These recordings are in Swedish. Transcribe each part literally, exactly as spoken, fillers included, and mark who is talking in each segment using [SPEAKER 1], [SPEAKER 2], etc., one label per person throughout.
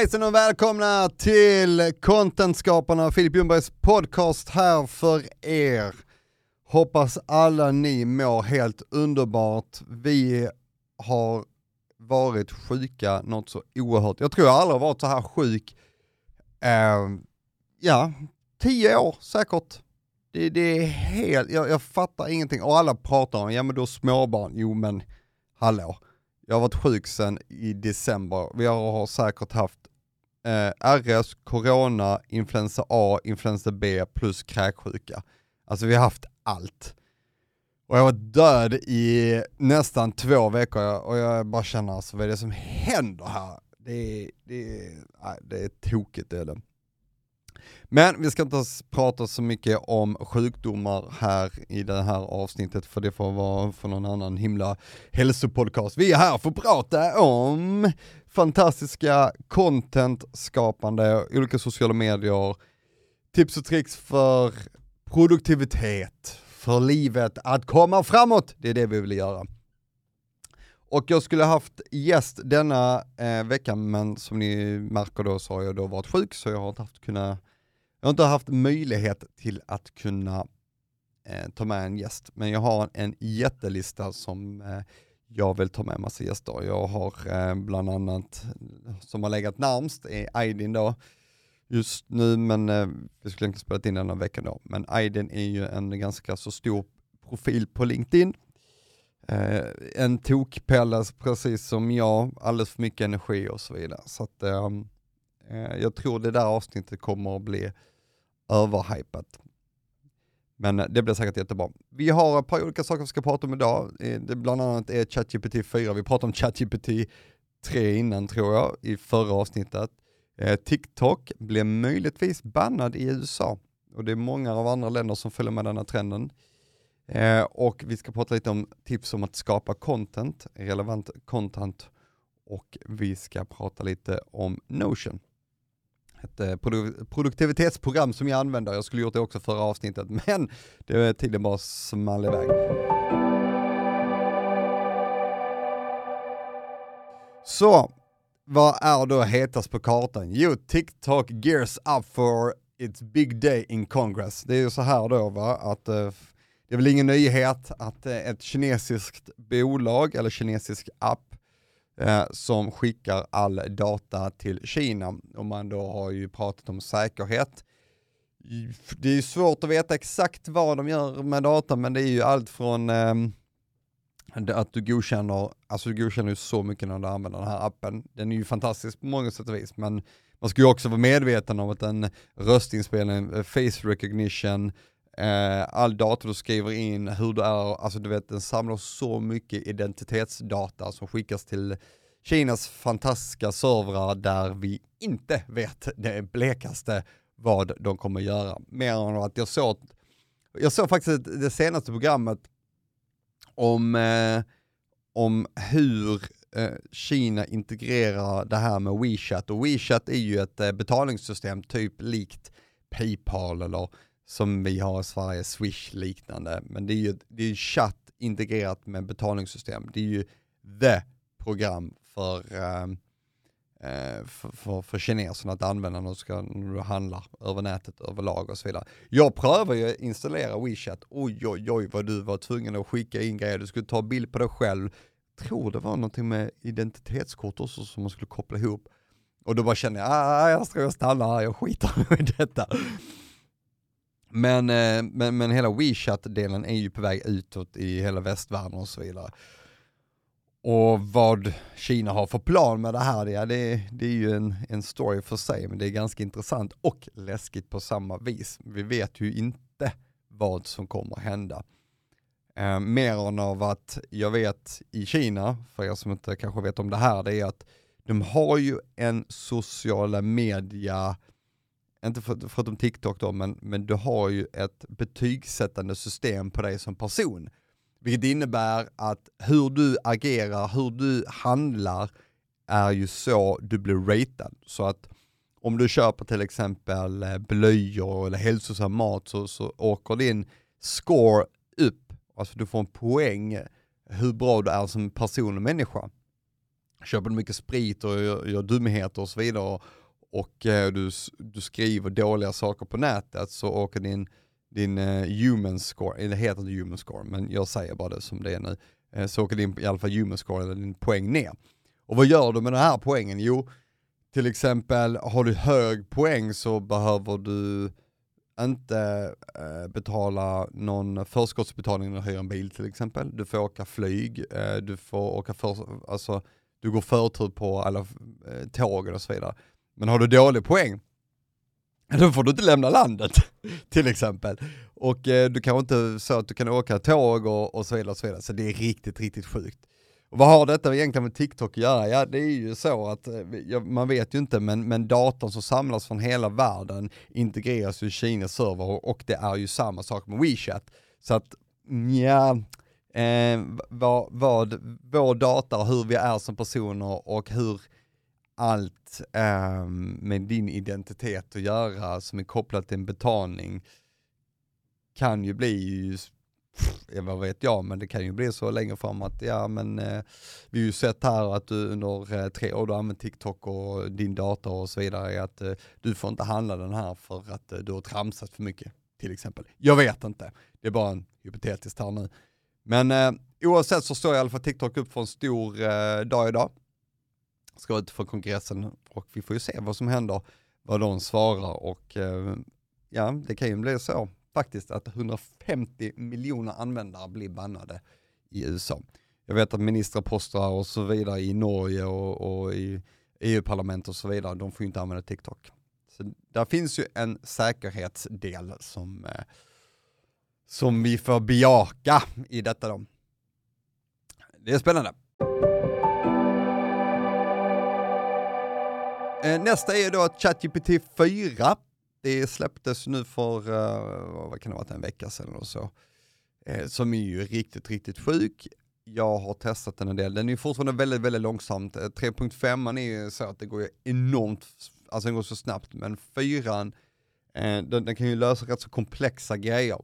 [SPEAKER 1] Hejsan och välkomna till Contentskaparna, Filip Ljungbergs podcast här för er. Hoppas alla ni mår helt underbart. Vi har varit sjuka något så oerhört. Jag tror jag aldrig har varit så här sjuk. Eh, ja, tio år säkert. Det, det är helt, jag, jag fattar ingenting. Och alla pratar om, ja men då småbarn. Jo men, hallå. Jag har varit sjuk sedan i december. Vi har säkert haft eh, R S, corona, influensa A, influensa B plus kräksjuka. Alltså vi har haft allt. Och jag var död i nästan två veckor och jag bara känner alltså vad är det som händer här? Det är, det är, nej, det är tokigt det är det. Men vi ska inte prata så mycket om sjukdomar här i det här avsnittet för det får vara för någon annan himla hälsopodcast. Vi är här för att prata om fantastiska contentskapande, olika sociala medier, tips och tricks för produktivitet, för livet att komma framåt. Det är det vi vill göra. Och jag skulle haft gäst denna eh, veckan, men som ni märker då så har jag då varit sjuk så jag har inte haft kunna Jag har inte haft möjlighet till att kunna eh, ta med en gäst. Men jag har en jättelista som eh, jag vill ta med en massa gäster. Jag har eh, bland annat, som har legat närmst, är Aydin då. Just nu, men eh, vi skulle inte spela in den här veckan då. Men Aydin är ju en ganska så stor profil på LinkedIn. Eh, en tokpelle precis som jag. Alldeles för mycket energi och så vidare. Så att eh, jag tror det där avsnittet kommer att bli överhypat. Men det blir säkert jättebra. Vi har ett par olika saker vi ska prata om idag. Det bland annat är ChatGPT fyra. Vi pratade om ChatGPT tre innan tror jag i förra avsnittet. TikTok blev möjligtvis bannad i U S A. Och det är många av andra länder som följer med den här trenden. Och vi ska prata lite om tips om att skapa content, relevant content. Och vi ska prata lite om Notion. Ett produ- produktivitetsprogram som jag använder. Jag skulle gjort det också förra avsnittet, men det är tiden bara small iväg. Så, vad är då hetast på kartan? Jo, TikTok gears up for its big day in Congress. Det är ju så här då va, att uh, det är väl ingen nyhet att uh, ett kinesiskt bolag eller kinesisk app Eh, som skickar all data till Kina. Och man då har ju pratat om säkerhet. Det är ju svårt att veta exakt vad de gör med data, men det är ju allt från eh, att du godkänner, alltså du godkänner ju så mycket när du använder den här appen. Den är ju fantastisk på många sätt och vis, men man ska ju också vara medveten om att en röstinspelning, face recognition, eh, all data du skriver in, hur du är, alltså du vet den samlar så mycket identitetsdata som skickas till Kinas fantastiska servrar där vi inte vet det blekaste vad de kommer göra. Mer än att jag såg, jag såg faktiskt det senaste programmet om, eh, om hur eh, Kina integrerar det här med WeChat. Och WeChat är ju ett eh, betalningssystem typ likt PayPal eller som vi har i Sverige, Swish liknande. Men det är ju det är chatt integrerat med betalningssystem. Det är ju the program för, uh, uh, för, för, för kineserna att använda när du, ska, när du handlar över nätet, överlag och så vidare. Jag prövar ju att installera WeChat. Oj, oj, oj vad du var tvungen att skicka in grejer. Du skulle ta bild på dig själv. Jag tror det var någonting med identitetskort också som man skulle koppla ihop. Och då bara kände jag, ah, jag tror jag stannar här, jag skiter i detta. Men, men, men hela WeChat-delen är ju på väg utåt i hela västvärlden och så vidare. Och vad Kina har för plan med det här, det, det, det är ju en, en story för sig, men det är ganska intressant och läskigt på samma vis. Vi vet ju inte vad som kommer att hända. Eh, mer än av att jag vet i Kina, för er som inte kanske vet om det här, det är att de har ju en sociala media, inte för, för att de TikTok då, men, men du har ju ett betygsättande system på dig som person. Vilket innebär att hur du agerar, hur du handlar är ju så du blir ratad. Så att om du köper till exempel blöjor eller hälsosam mat så, så åker din score upp. Alltså du får en poäng hur bra du är som person och människa. köper du mycket sprit och gör, gör dumheter och så vidare och, och eh, du, du skriver dåliga saker på nätet, så åker din, din eh, human score, eller heter det human score, men jag säger bara det som det är nu, eh, så åker din i alla fall human score eller din poäng ner. Och vad gör du med den här poängen? Jo, till exempel har du hög poäng så behöver du inte eh, betala någon förskottsbetalning när du hyr en bil till exempel. Du får åka flyg, eh, du får åka för, alltså du går förtur på alla eh, tåg och så vidare. Men har du dålig poäng, då får du inte lämna landet till exempel. Och eh, du kan inte så att du kan åka tåg och, och så vidare och så vidare. Så det är riktigt, riktigt sjukt. Och vad har detta egentligen med TikTok att göra? Ja, det är ju så att, ja, man vet ju inte, men, men datorn som samlas från hela världen integreras i Kinas server och det är ju samma sak med WeChat. Så att, ja, eh, vad, vad vår data, hur vi är som personer och hur allt eh, med din identitet att göra som är kopplat till en betalning kan ju bli ju Ja, vad vet jag, men det kan ju bli så längre fram att ja, men eh, vi har ju sett här att du under eh, tre år du använder TikTok och din data och så vidare, att eh, du får inte handla den här för att eh, du har tramsat för mycket till exempel. Jag vet inte, det är bara en hypotetisk här nu. Men eh, oavsett så står i alla fall TikTok upp för en stor eh, dag idag. Ska ut för kongressen och vi får ju se vad som händer, vad de svarar och eh, ja, det kan ju bli så faktiskt att hundrafemtio miljoner användare blir bannade i U S A. Jag vet att ministrar och så vidare i Norge och, och i E U-parlament och så vidare, de får ju inte använda TikTok. Så där finns ju en säkerhetsdel som, eh, som vi får bejaka i detta då. Det är spännande. Eh, nästa är då ChatGPT fyra. Det släpptes nu för, uh, vad kan det vara, en vecka sedan och så. Eh, som är ju riktigt, riktigt sjuk. Jag har testat den en del. Den är ju fortfarande väldigt, väldigt långsamt. Eh, tre punkt fem är ju så att det går ju enormt, alltså den går så snabbt. Men fyran, eh, den, den kan ju lösa rätt så komplexa grejer.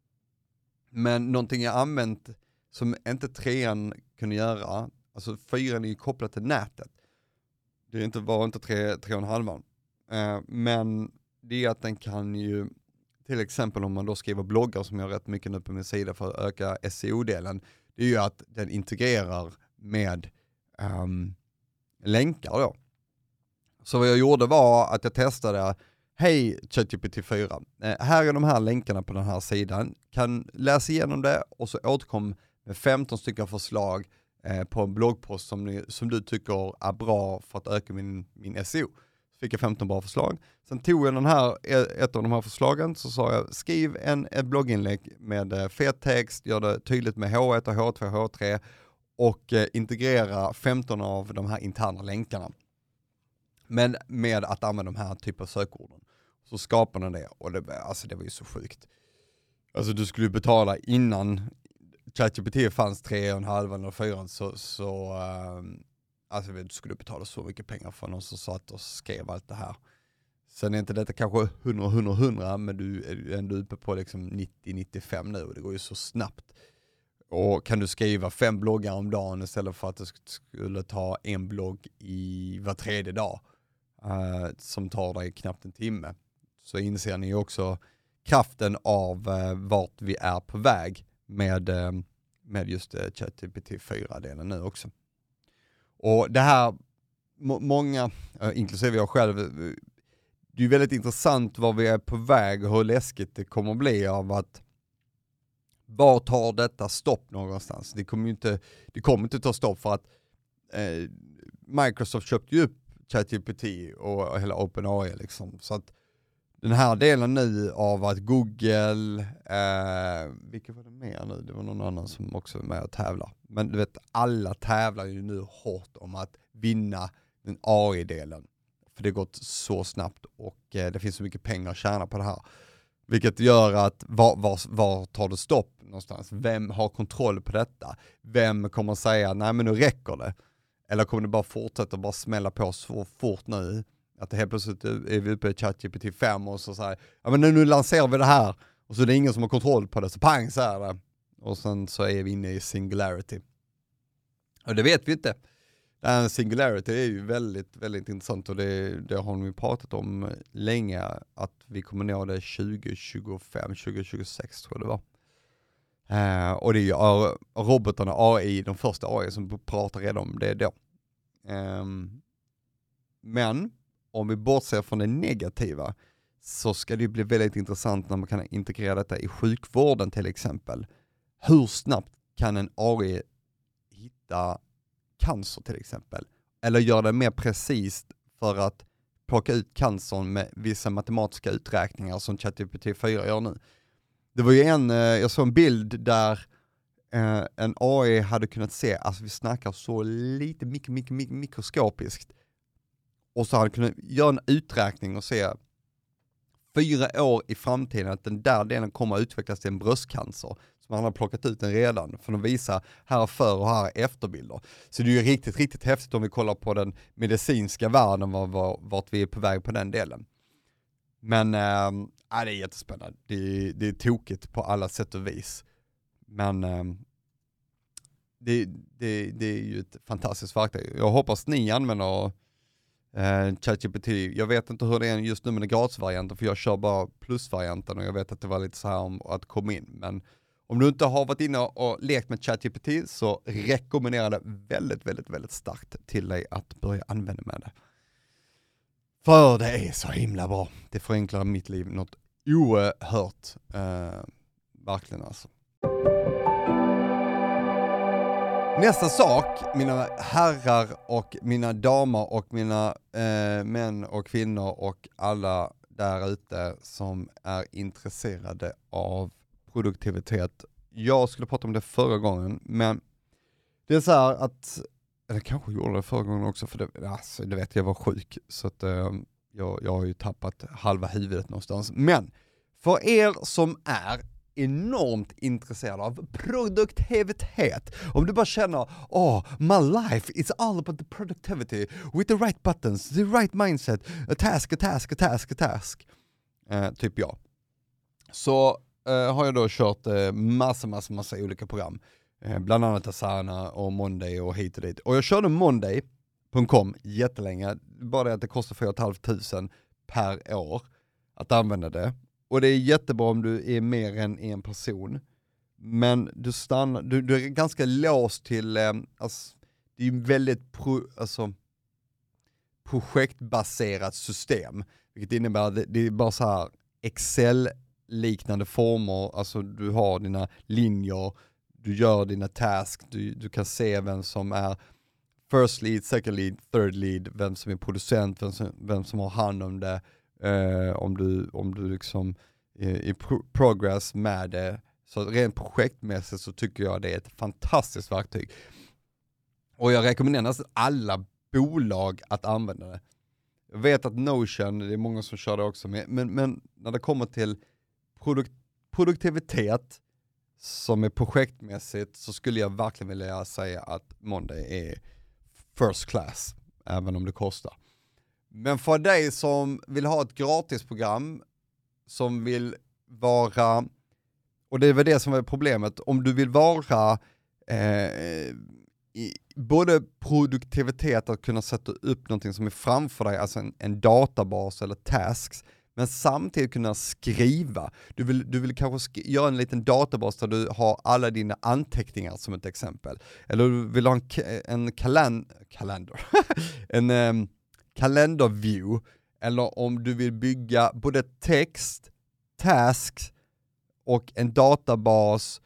[SPEAKER 1] Men någonting jag använt som inte trean kunde göra, alltså fyran är ju kopplat till nätet. Det är inte, var inte tre, tre och en halvan. Eh, men det är att den kan ju, till exempel om man då skriver bloggar som jag har rätt mycket nu på min sida för att öka S E O-delen, det är ju att den integrerar med um, länkar då. Så vad jag gjorde var att jag testade, hej ChatGPT fyra, eh, här är de här länkarna på den här sidan, kan läsa igenom det och så återkom med femton stycken förslag eh, på en bloggpost som, ni, som du tycker är bra för att öka min, min S E O. Fick jag femton bra förslag. Sen tog jag den här, ett av de här förslagen, så sa jag skriv en, ett blogginlägg med fet text, gör det tydligt med H ett och H två och H tre och eh, integrera femton av de här interna länkarna. Men med att använda de här typen av sökorden. Så skapar den det och det, alltså det var ju så sjukt. Alltså du skulle betala innan ChatGPT fanns tre och en halv eller fyra så, så um, alltså du skulle betala så mycket pengar för någon som satt och skrev allt det här. Sen är inte detta kanske hundra, hundra, hundra, men du är ändå uppe på liksom nittio, nittiofem nu och det går ju så snabbt. Och kan du skriva fem bloggar om dagen istället för att det skulle ta en blogg i var tredje dag uh, som tar dig knappt en timme, så inser ni också kraften av uh, vart vi är på väg med, uh, med just uh, ChatGPT fyra-delen nu också. Och det här, må- många, uh, inklusive jag själv, uh, det är väldigt intressant var vi är på väg och hur läskigt det kommer att bli av att var tar detta stopp någonstans? Det kommer ju inte, det kommer inte ta stopp för att eh, Microsoft köpte ju upp ChatGPT och, och hela OpenAI liksom. Så att den här delen nu av att Google, eh, vilka var det mer nu? Det var någon annan som också är med och tävlar. Men du vet, alla tävlar ju nu hårt om att vinna den A I-delen. För det har gått så snabbt och eh, det finns så mycket pengar att tjäna på det här. Vilket gör att var, var, var tar det stopp någonstans? Vem har kontroll på detta? Vem kommer att säga nej men nu räcker det? Eller kommer det bara fortsätta bara smälla på så fort nu? Att det helt plötsligt är vi uppe i ChatGPT fem och så säger ja men nu, nu lanserar vi det här. Och så är det ingen som har kontroll på det. Så pang så är det. Och sen så är vi inne i singularity. Och det vet vi inte. Det här Singularity är ju väldigt, väldigt intressant och det, det har vi pratat om länge, att vi kommer nå det tjugo tjugofem, tjugo tjugosex tror jag det var. Uh, och det är ju uh, robotarna, A I, de första A I som pratar redan om det då. Um, men om vi bortser från det negativa så ska det ju bli väldigt intressant när man kan integrera detta i sjukvården till exempel. Hur snabbt kan en A I hitta cancer till exempel? Eller göra det mer precis för att plocka ut cancern med vissa matematiska uträkningar som ChatGPT fyra gör nu. Det var ju en, jag såg en bild där eh, en A I hade kunnat se, alltså vi snackar så lite mik- mik- mik- mikroskopiskt, och så hade kunnat göra en uträkning och se fyra år i framtiden att den där delen kommer att utvecklas till en bröstcancer. Så man har plockat ut den redan för att visa här för och här efterbilder. Så det är ju riktigt, riktigt häftigt om vi kollar på den medicinska världen, var, var, vart vi är på väg på den delen. Men äh, det är jättespännande. Det, det är tokigt på alla sätt och vis. Men äh, det, det, det är ju ett fantastiskt verktyg. Jag hoppas ni använder äh, ChatGPT. Jag vet inte hur det är just nu med den gratisvarianten, för jag kör bara plusvarianten och jag vet att det var lite så här om att komma in. Men om du inte har varit inne och lekt med ChatGPT så rekommenderar det väldigt, väldigt, väldigt starkt till dig att börja använda med det. För det är så himla bra. Det förenklar mitt liv något oerhört. Eh, verkligen alltså. Nästa sak, mina herrar och mina damer och mina eh, män och kvinnor och alla där ute som är intresserade av produktivitet. Jag skulle prata om det förra gången, men det är så här att, eller kanske gjorde det förra gången också, för det, alltså, det vet jag var sjuk, så att eh, jag, jag har ju tappat halva huvudet någonstans. Men för er som är enormt intresserade av produktivitet, om du bara känner, oh, my life is all about the productivity with the right buttons, the right mindset, a task, a task, a task, a task, eh, typ jag. Så Uh, har jag då kört uh, massa, massa, massa olika program. Uh, bland annat Asana och Monday och hit och dit. Och jag körde Monday punkt com jättelänge. Bara det att det kostar fyra tusen fem hundra per år att använda det. Och det är jättebra om du är mer än en person. Men du stannar, du, du är ganska låst till, um, alltså, det är ju väldigt pro, alltså, projektbaserat system. Vilket innebär att det, det är bara så här Excel liknande former, alltså du har dina linjer, du gör dina tasks, du, du kan se vem som är first lead, second lead, third lead, vem som är producent, vem som, vem som har hand om det, eh, om du, om du liksom är i pro- progress med det. Så rent projektmässigt så tycker jag det är ett fantastiskt verktyg. Och jag rekommenderar nästan alla bolag att använda det. Jag vet att Notion, det är många som kör det också, med, men, men när det kommer till Produk- produktivitet som är projektmässigt, så skulle jag verkligen vilja säga att Monday är first class, även om det kostar. Men för dig som vill ha ett gratisprogram, som vill vara, och det är väl det som är problemet, om du vill vara eh, i både produktivitet, att kunna sätta upp någonting som är framför dig, alltså en, en databas eller tasks, men samtidigt kunna skriva. Du vill, du vill kanske sk- göra en liten databas där du har alla dina anteckningar som ett exempel. Eller du vill ha en, k- en kalan- kalender. en um, kalenderview. Eller om du vill bygga både text, tasks och en databas,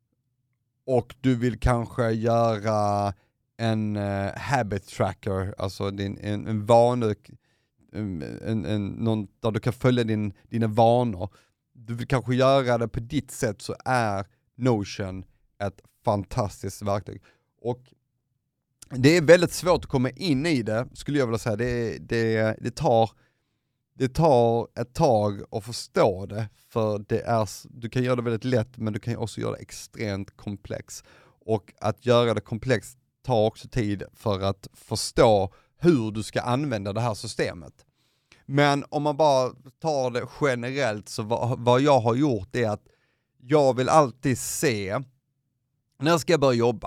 [SPEAKER 1] och du vill kanske göra en uh, habit tracker, alltså din, en, en vanlig En, en, någon, där du kan följa din, dina vanor. Du vill kanske göra det på ditt sätt, så är Notion ett fantastiskt verktyg. Och det är väldigt svårt att komma in i det, skulle jag vilja säga. Det, det, det, tar, det tar ett tag att förstå det, för det är, du kan göra det väldigt lätt, men du kan också göra det extremt komplext. Och att göra det komplext tar också tid för att förstå hur du ska använda det här systemet. Men om man bara tar det generellt, så vad, vad jag har gjort är att jag vill alltid se, när jag ska börja jobba,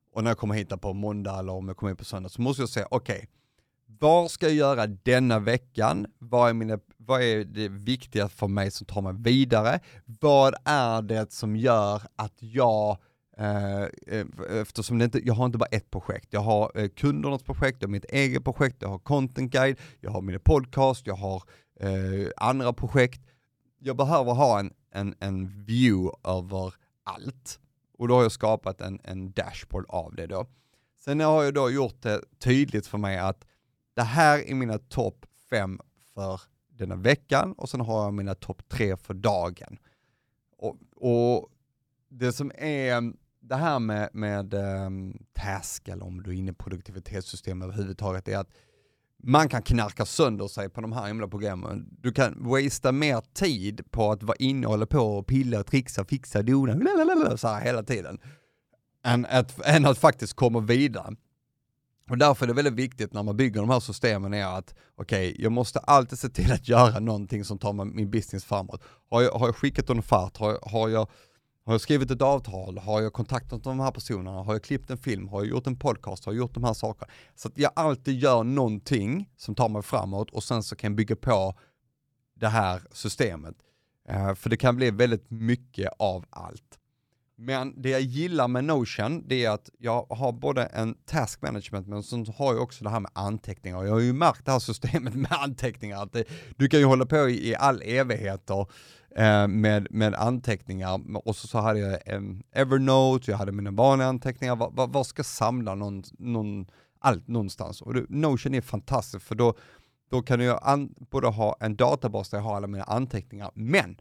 [SPEAKER 1] och när jag kommer hit på måndag eller om jag kommer hit på söndag så måste jag säga okej, okay, vad ska jag göra denna veckan? Vad är, mina, vad är det viktiga för mig som tar mig vidare? Vad är det som gör att jag, eh, eftersom det inte, jag har inte bara ett projekt, jag har eh, kundernas projekt, jag har mitt eget projekt, jag har content guide, jag har mina podcast, jag har eh, andra projekt. Jag behöver ha en, en, en view över allt. Och då har jag skapat en, en dashboard av det då. Sen har jag då gjort det tydligt för mig att det här är mina topp fem för denna veckan och sen har jag mina topp tre för dagen. Och, och det som är det här med, med um, task eller om du är inne i produktivitetssystem överhuvudtaget är att man kan knarka sönder sig på de här himla programmen. Du kan wastea mer tid på att vara inne och hålla på och pilla, trixa, fixa, dona så här hela tiden än att, än att faktiskt komma vidare. Och därför är det väldigt viktigt när man bygger de här systemen är att okej, okay, jag måste alltid se till att göra någonting som tar min business framåt. Har jag, har jag skickat en offert? Har, har, jag, har jag skrivit ett avtal? Har jag kontaktat de här personerna? Har jag klippt en film? Har jag gjort en podcast? Har jag gjort de här sakerna? Så att jag alltid gör någonting som tar mig framåt och sen så kan jag bygga på det här systemet. Uh, för det kan bli väldigt mycket av allt. Men det jag gillar med Notion, det är att jag har både en task management, men så har jag också det här med anteckningar. Jag har ju märkt det här systemet med anteckningar, att det, du kan ju hålla på i, i all evigheter eh, med, med anteckningar. Och så, så hade jag en Evernote, jag hade mina vanliga anteckningar. Vad, vad, vad ska samla någon, någon, allt någonstans? Och det, Notion är fantastiskt, för då, då kan jag an, både ha en databas där jag har alla mina anteckningar, men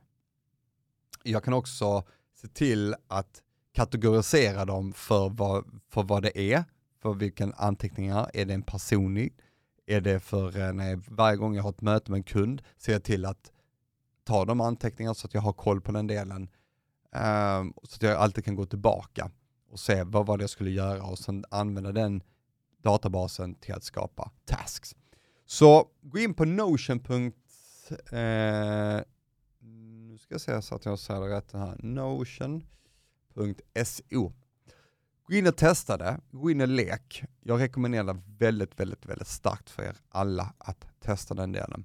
[SPEAKER 1] jag kan också se till att kategorisera dem för vad, för vad det är, för vilken anteckningar. Är det en personlig? Är det för när jag, varje gång jag har ett möte med en kund, ser jag till att ta de anteckningar så att jag har koll på den delen. Um, så att jag alltid kan gå tillbaka och se vad var det jag skulle göra och sen använda den databasen till att skapa tasks. Så gå in på Notion. Eh, nu ska jag säga så att jag säger det rätt här. Notion punkt so. Gå in och testa det. Gå in och lek. Jag rekommenderar väldigt, väldigt, väldigt starkt för er alla att testa den delen.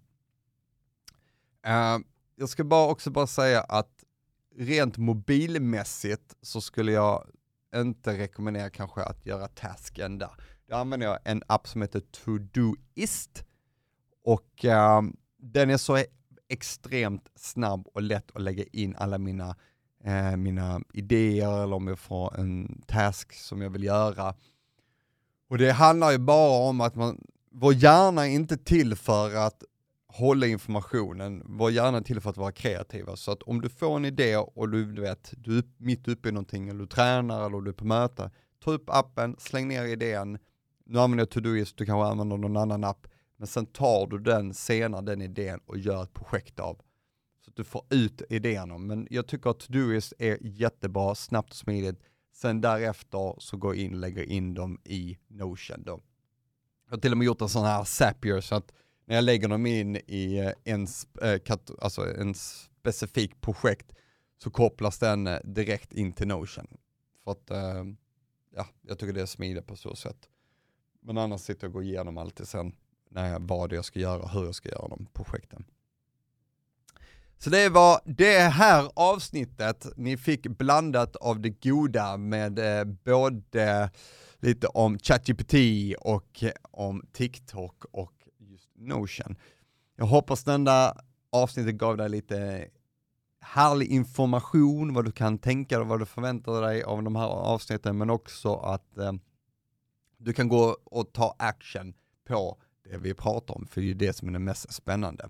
[SPEAKER 1] Uh, jag ska bara också bara säga att rent mobilmässigt så skulle jag inte rekommendera kanske att göra tasken där. Då använder jag en app som heter Todoist. Och uh, den är så extremt snabb och lätt att lägga in alla mina, uh, mina idéer eller om jag får en task som jag vill göra. Och det handlar ju bara om att man, vår hjärna är inte till för att hålla informationen, vår hjärna är till för att vara kreativa. Så att om du får en idé och du, du vet, du är mitt uppe i någonting eller du tränar eller du är på möte, ta upp appen, släng ner idén. Nu använder jag Todoist, du kanske använder någon annan app. Men sen tar du den senare, den idén och gör ett projekt av. Så att du får ut idéerna. Men jag tycker att Todoist är jättebra, snabbt och smidigt. Sen därefter så går jag in och lägger in dem i Notion då. Jag har till och med gjort en sån här Zapier så att när jag lägger dem in i en, alltså en specifik projekt så kopplas den direkt in till Notion. För att ja, jag tycker det är smidigt på så sätt. Men annars sitter jag och går igenom alltid sen när jag, vad jag ska göra och hur jag ska göra de projekten. Så det var det här avsnittet. Ni fick blandat av det goda med eh, både lite om ChatGPT och om TikTok och just Notion. Jag hoppas den där avsnittet gav dig lite härlig information, vad du kan tänka och vad du förväntar dig av de här avsnitten, men också att eh, du kan gå och ta action på det vi pratar om, för det är det som är det mest spännande.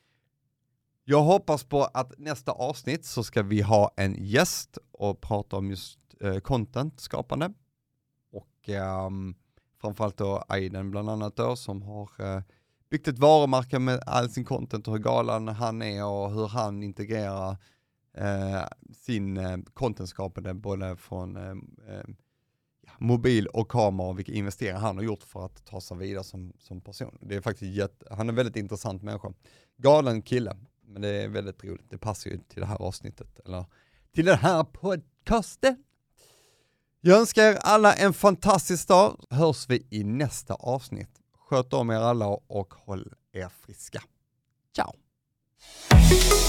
[SPEAKER 1] Jag hoppas på att nästa avsnitt så ska vi ha en gäst och prata om just eh, content-skapande. Och eh, framförallt då Aiden bland annat då, som har eh, byggt ett varumärke med all sin content och hur galen han är och hur han integrerar eh, sin eh, content-skapande både från eh, eh, mobil och kamera och vilka investeringar han har gjort för att ta sig vidare som, som person. Det är faktiskt jätte, han är en väldigt intressant människa. Galen kille, men det är väldigt roligt. Det passar ju till det här avsnittet, eller till den här podcasten. Jag önskar er alla en fantastisk dag. Hörs vi i nästa avsnitt. Sköt om er alla och håll er friska. Ciao!